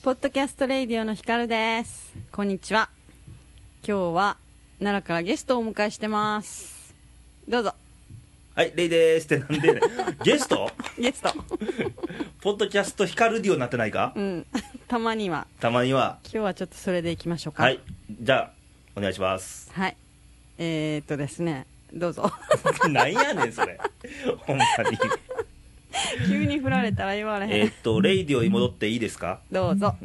ポッドキャストレイディオのひかるです。こんにちは。今日は奈良からゲストをお迎えしてます。どうぞ。 はい、レイですってなんで、ね、ゲストゲストポッドキャストひかるディオになってないか。 たまには今日はちょっとそれでいきましょうか。 はい、じゃあお願いします。 はい、ですね、どうぞなんやねんそれほんまに急に振られたら言われへん。 レイディオに戻っていいですか。 どうぞ。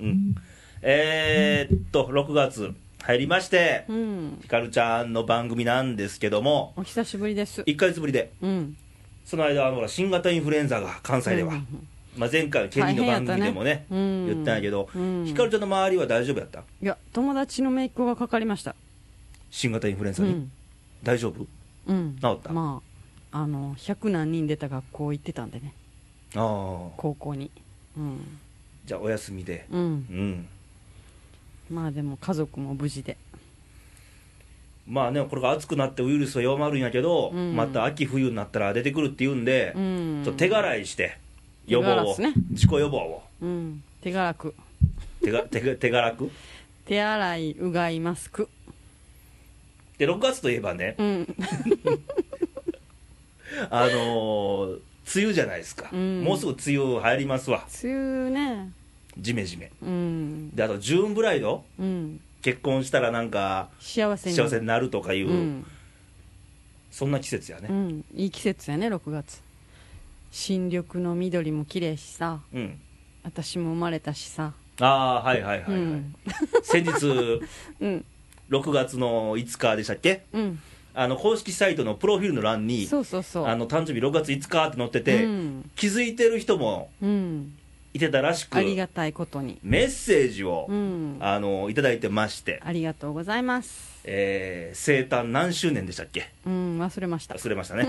6月入りまして、ひかるちゃんの番組なんですけども、 お久しぶりです。 1ヶ月ぶりで、その間ほら新型インフルエンザが関西では、前回ケニーの番組でもね言ったんやけど、ひかるちゃんの周りは大丈夫やった？ いや、友達の姪っ子がかかりました。 新型インフルエンザに、大丈夫？治った？ まあ100何人出た学校行ってたんでね。高校に、 じゃあお休みで、 まあでも家族も無事で、 まあね、これが暑くなってウイルスは弱まるんやけど、また秋冬になったら出てくるっていうんで、ちょっと手洗いして予防を、自己予防を、 手辛く手辛く手洗いうがいマスクで、6月といえばね、梅雨じゃないですか、もうすぐ梅雨入りますわ。 梅雨ね、 ジメジメ、で、あとジューンブライド、結婚したらなんか幸せになるとかいう、そんな季節やね、 いい季節やね。6月新緑の緑も綺麗しさ、私も生まれたしさ。 はいはいはい、先日、6月の5日でしたっけ、公式サイトのプロフィールの欄に誕生日6月5日って載ってて、気づいてる人もいてたらしく、 ありがたいことにメッセージを、いただいてまして、 ありがとうございます。 生誕何周年でしたっけ。 忘れましたね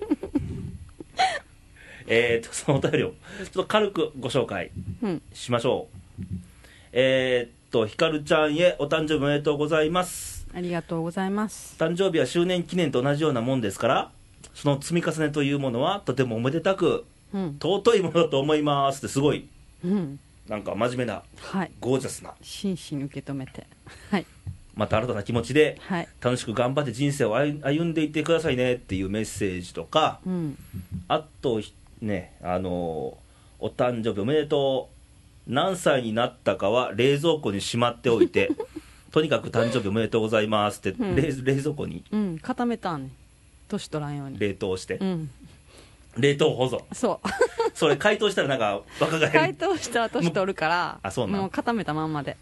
そのお便りをちょっと軽くご紹介しましょう。ひかるちゃんへお誕生日おめでとうございます。 ありがとうございます。 誕生日は周年記念と同じようなもんですから、その積み重ねというものはとてもおめでたく、尊いものだと思いますって、すごい、なんか真面目な、ゴージャスな、 真摯に受け止めて、 また新たな気持ちで、楽しく頑張って人生を歩んでいってくださいねっていうメッセージとか、あとね、お誕生日おめでとう、何歳になったかは冷蔵庫にしまっておいてとにかく誕生日おめでとうございますって、冷蔵庫に固めたんね、年取らんように冷凍して、冷凍保存。それ解凍したらなんか若返る。 解凍したら年取るから、 そうなん、 もう固めたまんまで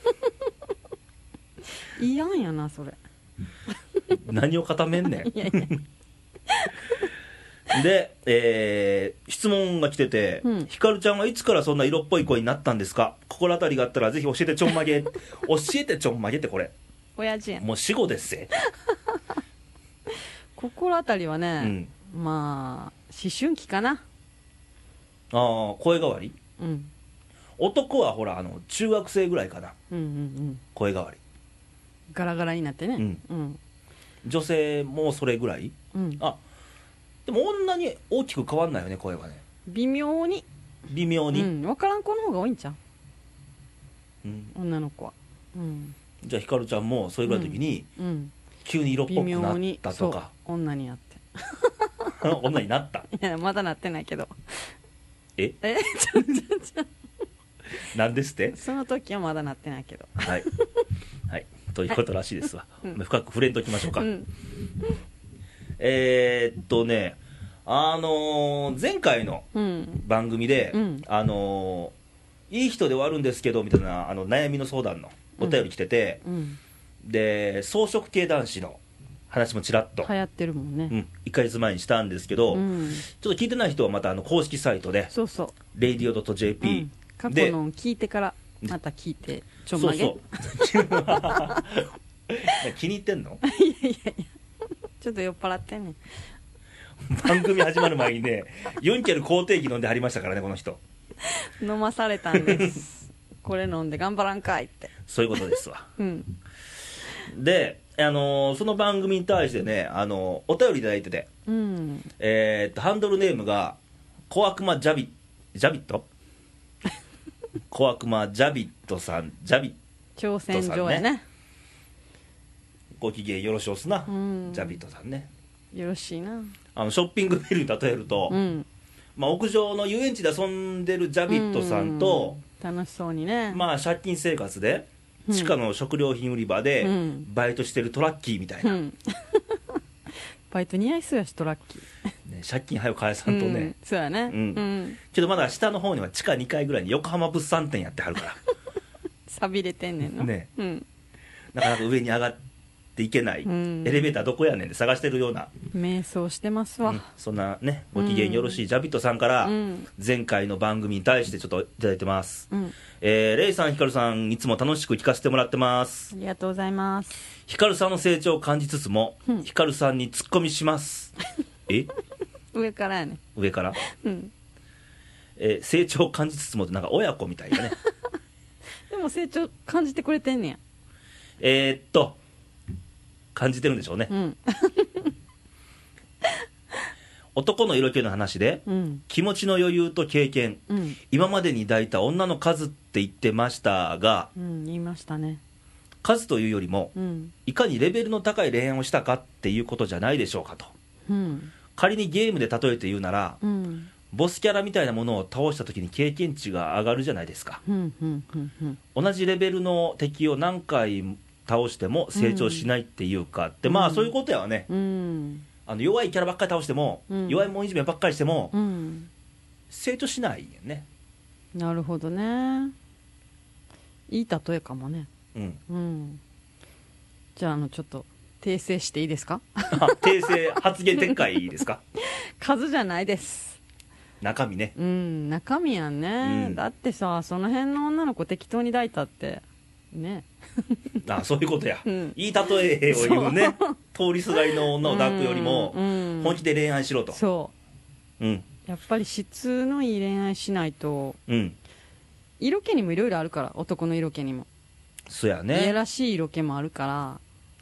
嫌んやなそれ何を固めんねんいやで、質問が来てて、ひかるちゃんはいつからそんな色っぽい声になったんですか。心当たりがあったらぜひ教えてちょんまげ教えてちょんまげって、これ親父やん、 もう死後ですぜ心当たりはね、まあ思春期かな。 声変わり、男はほら中学生ぐらいかな、声変わりガラガラになってね、 女性もそれぐらい、でも女に大きく変わんないよね、声はね。 微妙に分からん子の方が多いんちゃう、女の子は。 じゃあひかるちゃんもそれぐらいの時に、急に色っぽくなったとか。 女になって女になったいやまだなってないけど。 なんですって。 その時はまだなってないけどはい、ということらしいですわ、深く触れんときましょうか。前回の番組で、いい人ではあるんですけどみたいな悩みの相談のお便り来てて、で草食系男子の話もちらっと流行ってるもんね、 1ヶ月前にしたんですけど、ちょっと聞いてない人はまた公式サイトでradio.jp、 過去の聞いてからまた聞いてちょんまげ気に入ってんのいやちょっと酔っ払ってんねん。 番組始まる前にねユンケル肯定期飲んではりましたからね、この人。 飲まされたんですこれ飲んで頑張らんかいって、 そういうことですわ。で、その番組に対してね、お便りいただいてて、ハンドルネームが小悪魔ジャビット小悪魔ジャビットさん、ジャビッ挑戦状やね。 ご機嫌よろしおすな、ジャビットさんね。 よろしいな。 ショッピングビルに例えると、屋上の遊園地で遊んでるジャビットさんと、 楽しそうにね、 借金生活で地下の食料品売り場でバイトしてるトラッキーみたいな、 バイト似合いそうやしトラッキー、ね、借金早く返さんとね、 そうやね、 けどまだ下の方には地下2階ぐらいに横浜物産展やってはるからさびれてんねんのね、なかなか上に上がっていけない、エレベーターどこやねんで探してるような迷走してますわ、 そんなねご機嫌よろしいジャビットさんから、前回の番組に対してちょっといただいてます、レイさん、ヒカルさん、いつも楽しく聞かせてもらってます。 ありがとうございます。 ヒカルさんの成長を感じつつも、ヒカルさんにツッコミします上からやね。 上から、成長を感じつつもってなんか親子みたいだねでも成長感じてくれてんねや。 感じてるんでしょうね、男の色気の話で、気持ちの余裕と経験、今までに抱いた女の数って言ってましたが、 言いましたね。 数というよりも、いかにレベルの高い恋愛をしたかっていうことじゃないでしょうかと、仮にゲームで例えて言うなら、ボスキャラみたいなものを倒した時に経験値が上がるじゃないですか、同じレベルの敵を何回倒しても成長しないっていうかって、そういうことやわね、弱いキャラばっかり倒しても、弱いもんいじめばっかりしても、成長しないよね。 なるほどね。いい例えかもね。じゃあちょっと訂正していいですか訂正、発言撤回ですか数じゃないです、 中身ね。 中身やんね、だってさ、その辺の女の子適当に抱いたってねそういうことや、いい例えを言うね通りすがりの女を抱くよりも、本気で恋愛しろと。 そう、やっぱり質のいい恋愛しないと、色気にもいろいろあるから、男の色気にも。 そうやね。 いやらしい色気もあるから、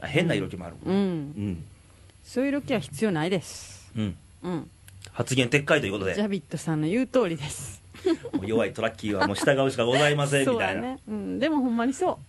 変な色気もあるもん、 そういう色気は必要ないです、 発言撤回ということで、 ジャビットさんの言う通りですもう弱いトラッキーはもう従うしかございませんみたいな。 ね、でもほんまにそう、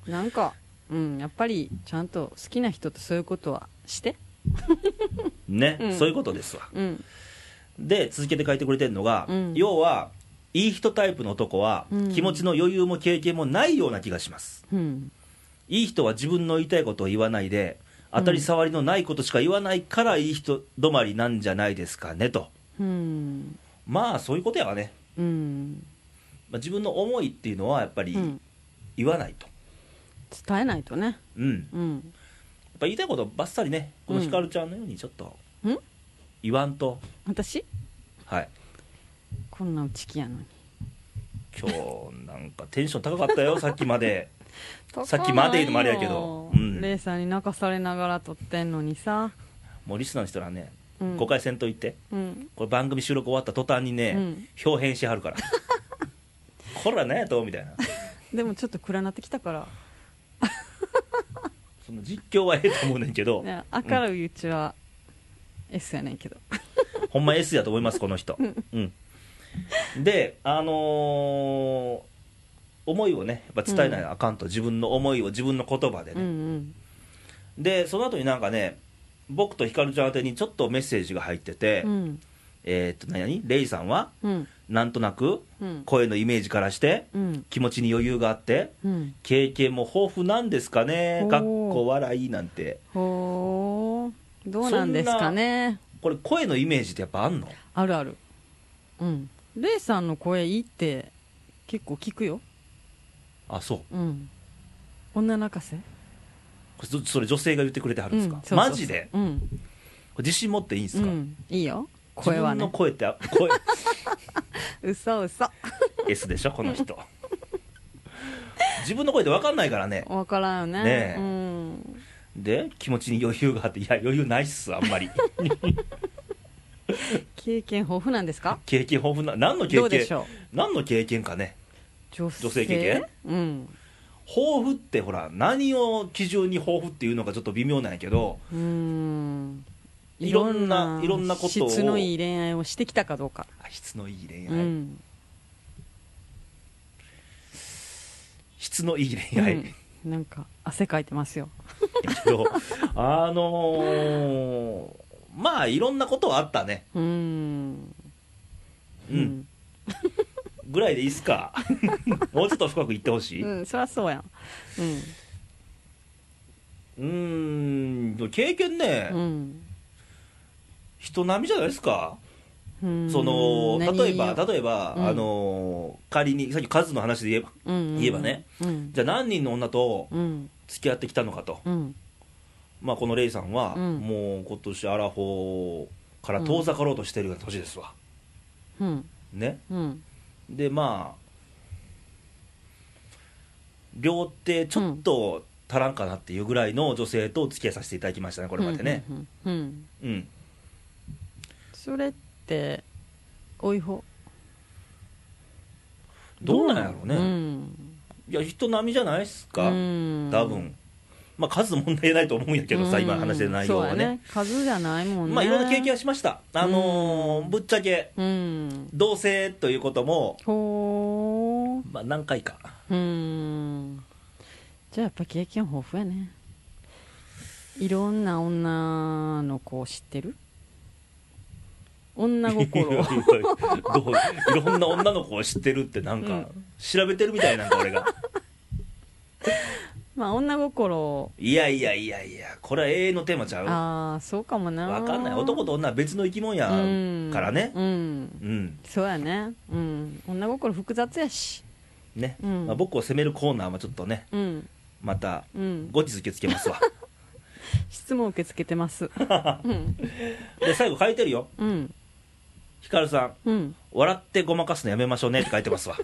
なんか、やっぱりちゃんと好きな人とそういうことはしてね、そういうことですわ、で続けて書いてくれてるのが、要はいい人タイプの男は、気持ちの余裕も経験もないような気がします、いい人は自分の言いたいことを言わないで、当たり障りのないことしか言わないから、いい人止まりなんじゃないですかねと、そういうことやわね、自分の思いっていうのはやっぱり言わないと、 伝えないとね、 やっぱ言いたいことばっさりね、このひかるちゃんのようにちょっと言わんと。 私はいこんな内気やのに今日なんかテンション高かったよさっきまでさっきまで言うのもあれやけど、 レイさんに泣かされながら撮ってんのにさ、 もうリスナーの人らね、誤解せんといて、これ番組収録終わった途端にね、表変しはるからこら何やとみたいなでもちょっと暗なってきたからその実況はええと思うねんけど、 明るいうちは S やねんけどほんま S やと思いますこの人、で思いをねやっぱ伝えないとあかんと、自分の思いを自分の言葉でね、でその後になんかね、僕とひかるちゃん宛てにちょっとメッセージが入ってて、レイさんは、なんとなく、声のイメージからして、気持ちに余裕があって、経験も豊富なんですかね、かっこ笑いなんて。 どうなんですかね。 これ声のイメージってやっぱあんの？ あるある。レイさんの声いいって結構聞くよ。 あ、そう。 女泣かせ？ それ女性が言ってくれてはるんですか？そうマジで？これ自信持っていいんですか？ いいよ。声はね。 自分の声って嘘嘘 S でしょこの人自分の声って分かんないからね。 分からんよね。 で気持ちに余裕があって、いや余裕ないっすあんまり経験豊富なんですか？ 経験豊富な、何の経験？どうでしょう？何の経験かね。女性経験？豊富ってほら何を基準に豊富っていうのかちょっと微妙なんやけど、いろんなことを、 質のいい恋愛をしてきたかどうか。 質のいい恋愛、 質のいい恋愛、 なんか汗かいてますよけどまあいろんなことはあったね。ぐらいでいいっすかもうちょっと深く言ってほしい。 そりゃそうやん。 経験ね、人並みじゃないですか。例えば、仮にさっき数の話で言えばね、じゃあ何人の女と付き合ってきたのかと、まあこのレイさんは、もう今年アラフォーから遠ざかろうとしてるような年ですわ、ね、でまあ両手ちょっと足らんかなっていうぐらいの女性とお付き合いさせていただきましたね、これまでね。 それって多い方どうなんやろうね、いや人並みじゃないっすか、多分。まあ数問題ないと思うんやけどさ、今話してる内容はね、 数じゃないもんね。 まあいろんな経験はしました。ぶっちゃけ、同性ということもまあ何回か。 じゃあやっぱ経験豊富やね。いろんな女の子を知ってる。女心いろんな女の子を知ってるってなんか、調べてるみたいなんか俺がまあ女心、 いやこれは永遠のテーマちゃう。 ああそうかもな。 分かんない、男と女は別の生き物やからね。 そうやね。女心複雑やしね、まあ、僕を責めるコーナーはちょっとね、また後日受け付けますわ質問受け付けてますで最後書いてるよ、ヒカルさん、笑ってごまかすのやめましょうねって書いてますわ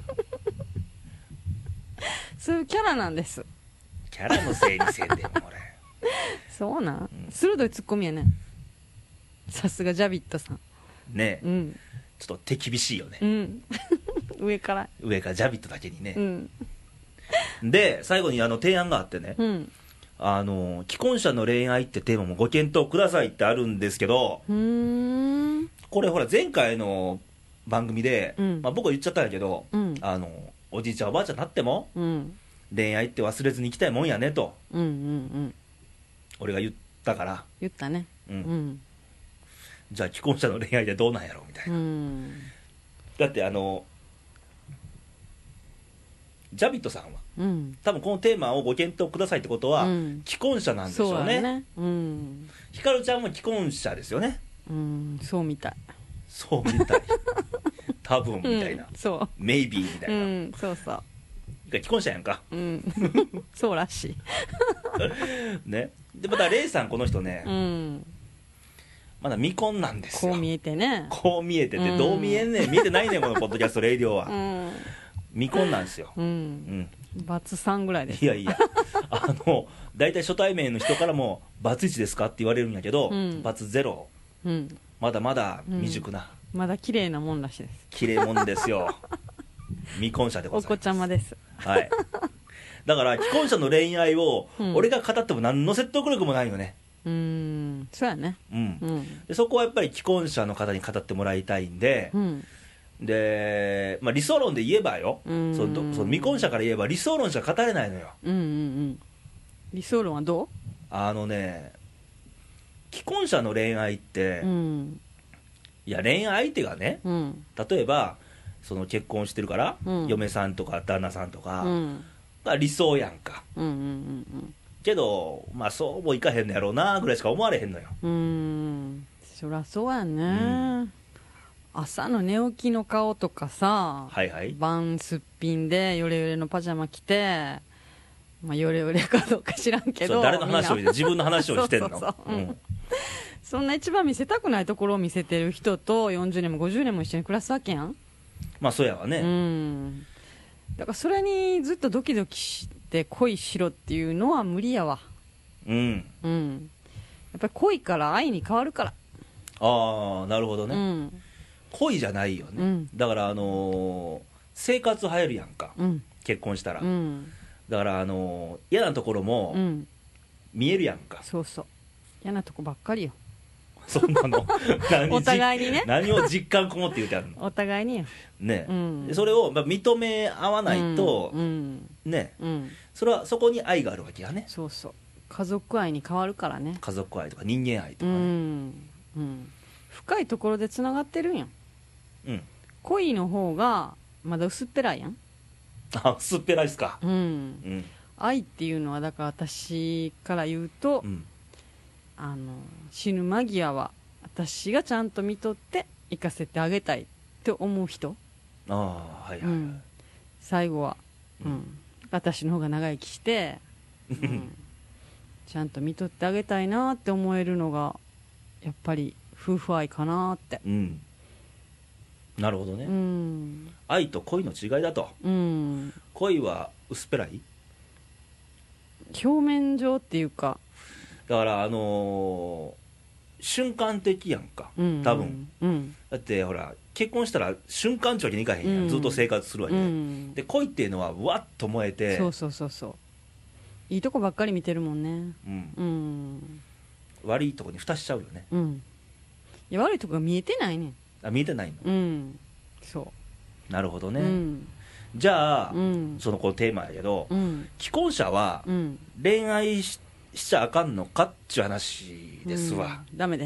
そういうキャラなんです。 キャラのせいにせんでも俺そうなん、鋭いツッコミやね。さすがジャビットさんねえ、ちょっと手厳しいよね、 上からジャビットだけにね、で最後に提案があってね、既婚者の恋愛ってテーマもご検討くださいってあるんですけど、これほら前回の番組で、まあ、僕は言っちゃったんやけど、おじいちゃんおばあちゃんになっても、恋愛って忘れずに生きたいもんやねと、俺が言ったから。 言ったね。 じゃあ既婚者の恋愛でどうなんやろみたいな、だってジャビットさんは、多分このテーマをご検討くださいってことは、既婚者なんでしょうね。ひかるちゃんも既婚者ですよね。 そうみたい多分みたいな、メイビーみたいな、 そうそう既婚者やんか、 そうらしいね。でまたレイさんこの人ね、まだ未婚なんですよ。 こう見えてね。 こう見えてて、どう見えんねん、見えてないねんこのポッドキャストレイディオは、未婚なんですよ。 バツ3ぐらいです。 いや大体初対面の人からもバツ1ですかって言われるんやけど、バツ0、まだまだ未熟な、 まだ綺麗なもんらしいです。 綺麗もんですよ未婚者でございます。 お子ちゃまです。 はい。だから既婚者の恋愛を俺が語っても何の説得力もないよね。 そうやね。 でそこはやっぱり既婚者の方に語ってもらいたいんで、で、まあ、理想論で言えばよ、その未婚者から言えば理想論しか語れないのよ。 理想論はどう？ 既婚者の恋愛って、いや恋愛相手がね、例えばその結婚してるから、嫁さんとか旦那さんとかが理想やんか、けどまあそうもいかへんのやろうなぐらいしか思われへんのよ。 そりゃそうやね、朝の寝起きの顔とかさ、晩すっぴんでヨレヨレのパジャマ着て、まあ、ヨレヨレかどうか知らんけど、 誰の話をして自分の話をしてんのそんな一番見せたくないところを見せてる人と40年も50年も一緒に暮らすわけやん。 まあそうやわね。 だからそれにずっとドキドキして恋しろっていうのは無理やわ。やっぱり恋から愛に変わるから。 ああなるほどね、恋じゃないよね、だから生活入るやんか、結婚したら、だから嫌なところも見えるやんか。 そうそう、嫌なとこばっかりよそんなのお互いにね何を実感こもって言うてあるのお互いにね、うん、それを認め合わないと、ね、それはそこに愛があるわけやね。 そうそう、家族愛に変わるからね。 家族愛とか人間愛とかね、 深いところでつながってるんやん。恋の方がまだ薄っぺらいやん。 あ、薄っぺらいっすか。 愛っていうのはだから私から言うと、死ぬ間際は私がちゃんと見とって生かせてあげたいって思う人、最後は、私の方が長生きして、ちゃんと見とってあげたいなって思えるのがやっぱり夫婦愛かなって、 なるほどね、愛と恋の違いだと、恋は薄っぺらい、 表面上っていうか、 だから瞬間的やんか、多分、だってほら結婚したら瞬間ってわけにいかへんやん、ずっと生活するわけで、恋っていうのはわっと燃えて、 そういいとこばっかり見てるもんね。 悪いとこに蓋しちゃうよね。 いや悪いとこが見えてないね。 見えてないの。 そうなるほどね。じゃあ、そのこのテーマやけど、既婚者は恋愛しちゃあかんのかっちゅう話ですわ。 ダメです。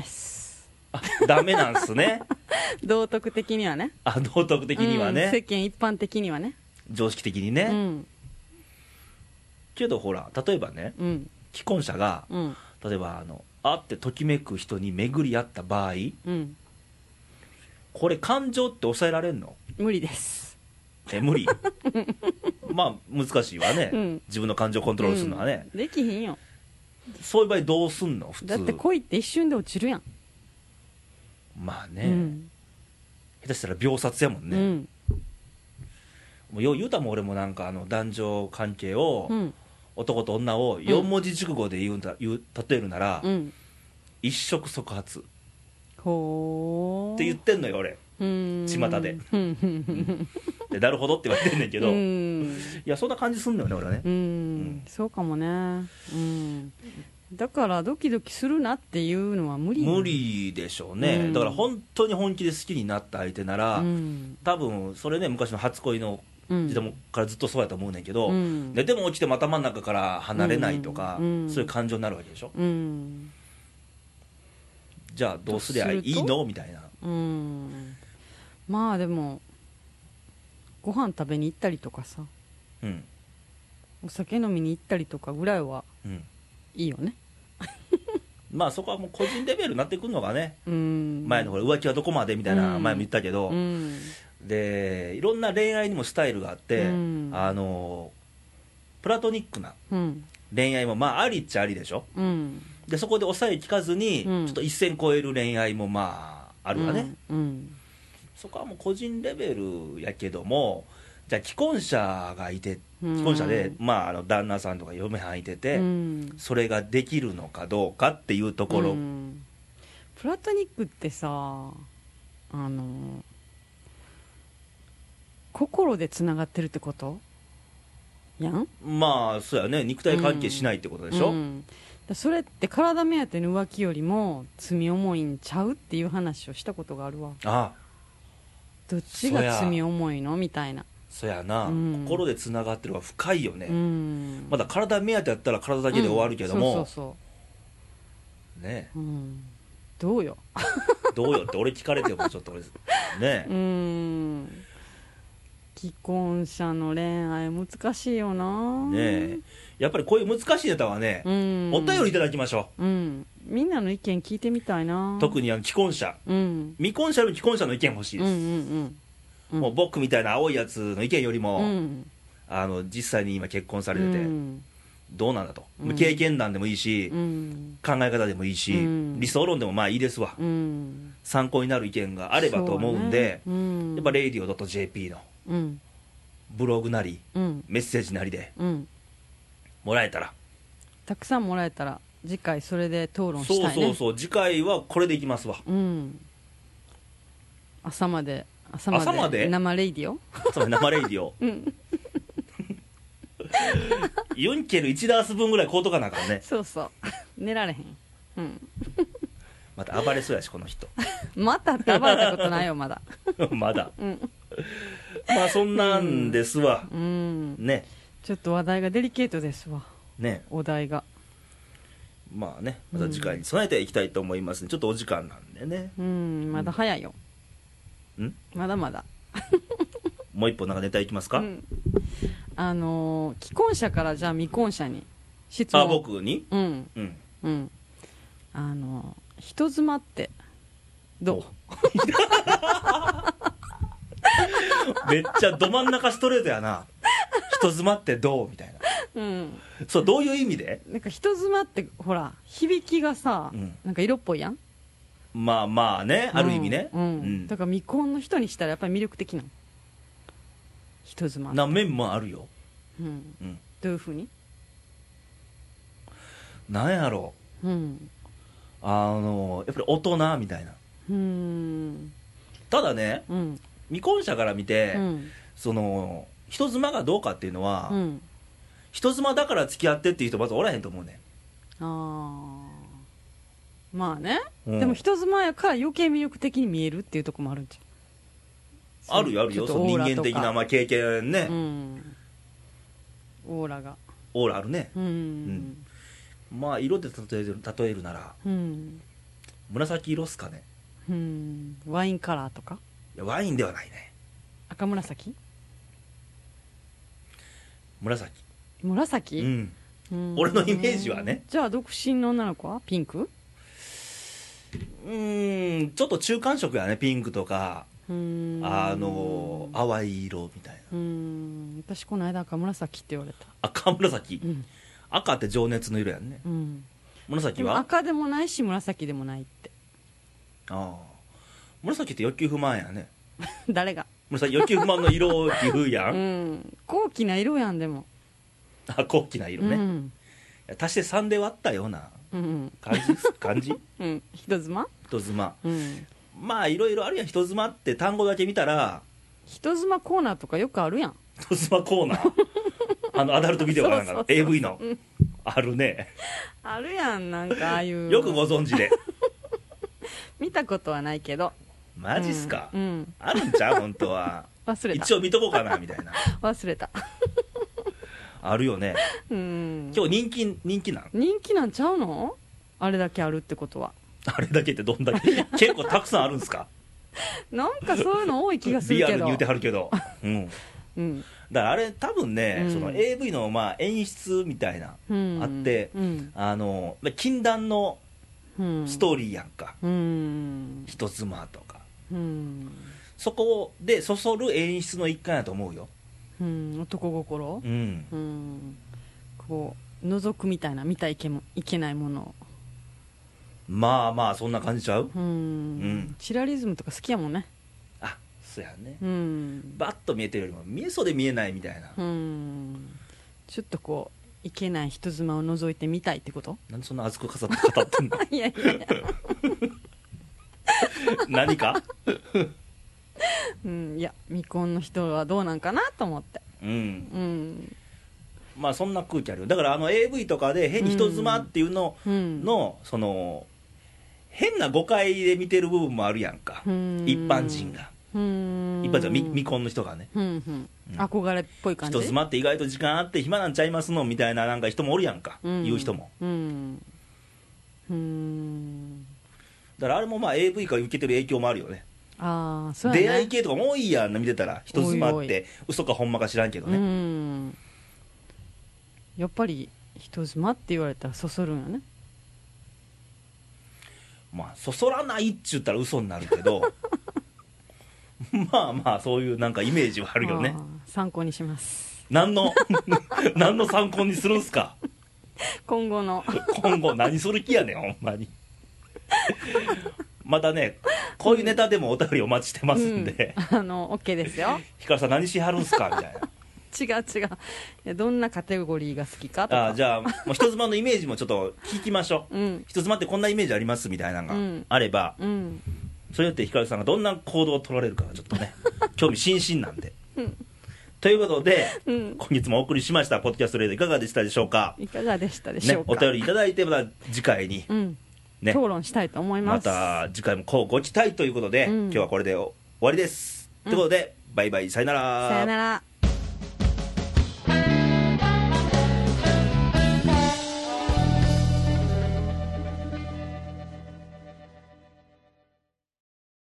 ダメなんすね。 道徳的にはね。 道徳的にはね、 世間一般的にはね、 常識的にね、けどほら例えばね、既婚者が、例えば会ってときめく人に巡り合った場合、これ感情って抑えられんの？ 無理です。 無理まあ難しいわね、自分の感情をコントロールするのはね、 できひんよ。 そういう場合どうすんの普通？ だって恋って一瞬で落ちるやん。 まあね、下手したら秒殺やもんね、もうよう言うたもん俺もなんか男女関係を、男と女を4文字熟語で例えるなら、一触即発って言ってんのよ俺、巷ででなるほどって言われてんねんけど、いやそんな感じすんのよね俺はね。 そうかもね。だからドキドキするなっていうのは無理でしょうね、だから本当に本気で好きになった相手なら、多分それね昔の初恋の時代からずっとそうやと思うねんけど、でも落ちても頭の中から離れないとか、そういう感情になるわけでしょ、じゃあどうすりゃいいのみたいな。 まあでもご飯食べに行ったりとかさ、お酒飲みに行ったりとかぐらいはいいよね。 まあそこはもう個人レベルになってくるのがね、前のほら浮気はどこまでみたいな前も言ったけど、でいろんな恋愛にもスタイルがあって、プラトニックな恋愛もまあありっちゃありでしょ、でそこで抑えきかずに、ちょっと一線超える恋愛もまああるわね、そこはもう個人レベルやけども、じゃあ既婚者がいて、既婚者で、まあ、旦那さんとか嫁はんいてて、それができるのかどうかっていうところ、 プラトニックってさ、心でつながってるってことやん。 まあそうやね、肉体関係しないってことでしょ、 それって体目当ての浮気よりも罪重いんちゃうっていう話をしたことがあるわ。どっちが罪重いのみたいな。 そやな、心でつながってるのが深いよね、まだ体目当てやったら体だけで終わるけども、ね、 どうよどうよって俺聞かれてもちょっと俺ね既婚者の恋愛難しいよな。 ね、やっぱりこういう難しいネタはね、お便りいただきましょう、 みんなの意見聞いてみたいな。 特に既婚者、未婚者より既婚者の意見欲しいです、もう僕みたいな青いやつの意見よりも、実際に今結婚されてて、どうなんだと、経験談でもいいし、考え方でもいいし、理想論でもまあいいですわ、参考になる意見があればと思うんで、やっぱ radio.jp のブログなり、メッセージなりでもらえたら、 たくさんもらえたら次回それで討論したいね。 そう次回はこれでいきますわ、 朝まで生レイディオ生レイディオユンケル1ダース分ぐらい買うとかなあからね。 そう寝られへん、 また暴れそうやしこの人またって暴れたことないよまだまだ、まあそんなんですわ、ね、 ちょっと話題がデリケートですわね、 お題がまあね、また次回に備えていきたいと思いますね。ちょっとお時間なんでね。 まだ早いよ。まだまだ。 もう一本なんかネタいきますか。 既婚者からじゃあ未婚者に質問。 僕に。 人妻ってどう？ めっちゃど真ん中ストレートやな。人妻ってどうみたいな。そうどういう意味で？ なんか人妻ってほら響きがさ、なんか色っぽいやん。 まあまあね、ある意味ね。 だから未婚の人にしたらやっぱり魅力的なの。人妻。 な面もあるよ。 どういうふうに？ なんやろう。やっぱり大人みたいな。ただね、未婚者から見て、その人妻がどうかっていうのは、人妻だから付き合ってっていう人まずおらへんと思うね。 まあね、でも人妻やから余計魅力的に見えるっていうところもあるんじゃん。あるよあるよ、その人間的な、まあ、経験ね、 オーラがオーラあるね。まあ色で例えるなら、紫色っすかね。 ワインカラーとか。 いやワインではないね。 赤紫。 紫。俺のイメージはね。 じゃあ独身の女の子はピンク？ ちょっと中間色やね。ピンクとか淡い色みたいな。 私この間赤紫って言われた。 赤紫、赤って情熱の色やんね。紫は赤でもないし紫でもないって。 紫って欲求不満やね。 誰が？ 紫欲求不満の色って言うやん。 高貴な色やん。でも高貴な色ね、足して3で割ったような感じ、 人妻、 まあいろいろあるやん。人妻って単語だけ見たら。 人妻コーナーとかよくあるやん。 人妻コーナーアダルトビデオかなんかAV の、あるね。 あるやん、なんかああいうよくご存知で。 見たことはないけど。 マジっすか、あるんちゃう本当は。 忘れた。 一応見とこうかなみたいな。 忘れた。 あるよね。今日人気なんちゃうの？あれだけあるってことは。 あれだけってどんだけ結構たくさんあるんですか？ なんかそういうの多い気がするけど。 リアルに言うてはるけど。だからあれ多分ね、その AV のまあ演出みたいな、あって、禁断のストーリーやんか。人妻とか。そこでそそる演出の一環やと思うよ。 男心、こう覗くみたいな、見たいけないものを。 まあまあそんな感じちゃう。 チラリズムとか好きやもんね。 あ、そうやね。バッと見えてるよりも見えそうで見えないみたいな。 ちょっとこういけない人妻を覗いてみたいってこと？ なんでそんな熱く語ってんの？ いや何かいや未婚の人はどうなんかなと思って。 まあそんな空気あるよ。だからAV とかで変に人妻っていうのの、その変な誤解で見てる部分もあるやんか。一般人が未婚の人がね、 憧れっぽい感じ。 人妻って意外と時間あって暇なんちゃいますのみたいな、なんか人もおるやんか、言う人も。だからあれもまあ AV から受けてる影響もあるよね。 そうやね。 出会い系とかも多いやん見てたら。人妻って嘘かほんまか知らんけどね。 やっぱり人妻って言われたらそそるんよね。 まあそそらないっちゅったら嘘になるけどまあまあそういうなんかイメージはあるよね。 参考にします。 何の参考にするんすか？ 今後何する気やねんほんまに。またね、こういうネタでもお便りお待ちしてますんで、 OK ですよ。 ひかるさん何しはるんすかみたいな。 違う、どんなカテゴリーが好きかとか。 じゃあもう人妻のイメージもちょっと聞きましょう。人妻ってこんなイメージありますみたいなのがあれば、それによってひかるさんがどんな行動を取られるかちょっとね興味津々なんで、ということで、今月もお送りしましたポッドキャストレードいかがでしたでしょうか？ いかがでしたでしょうか？ お便りいただいて、また次回にね、討論したいと思います。 また次回もこうご期待ということで、今日はこれで終わりです。ということで、バイバイ、さよなら。 さよなら。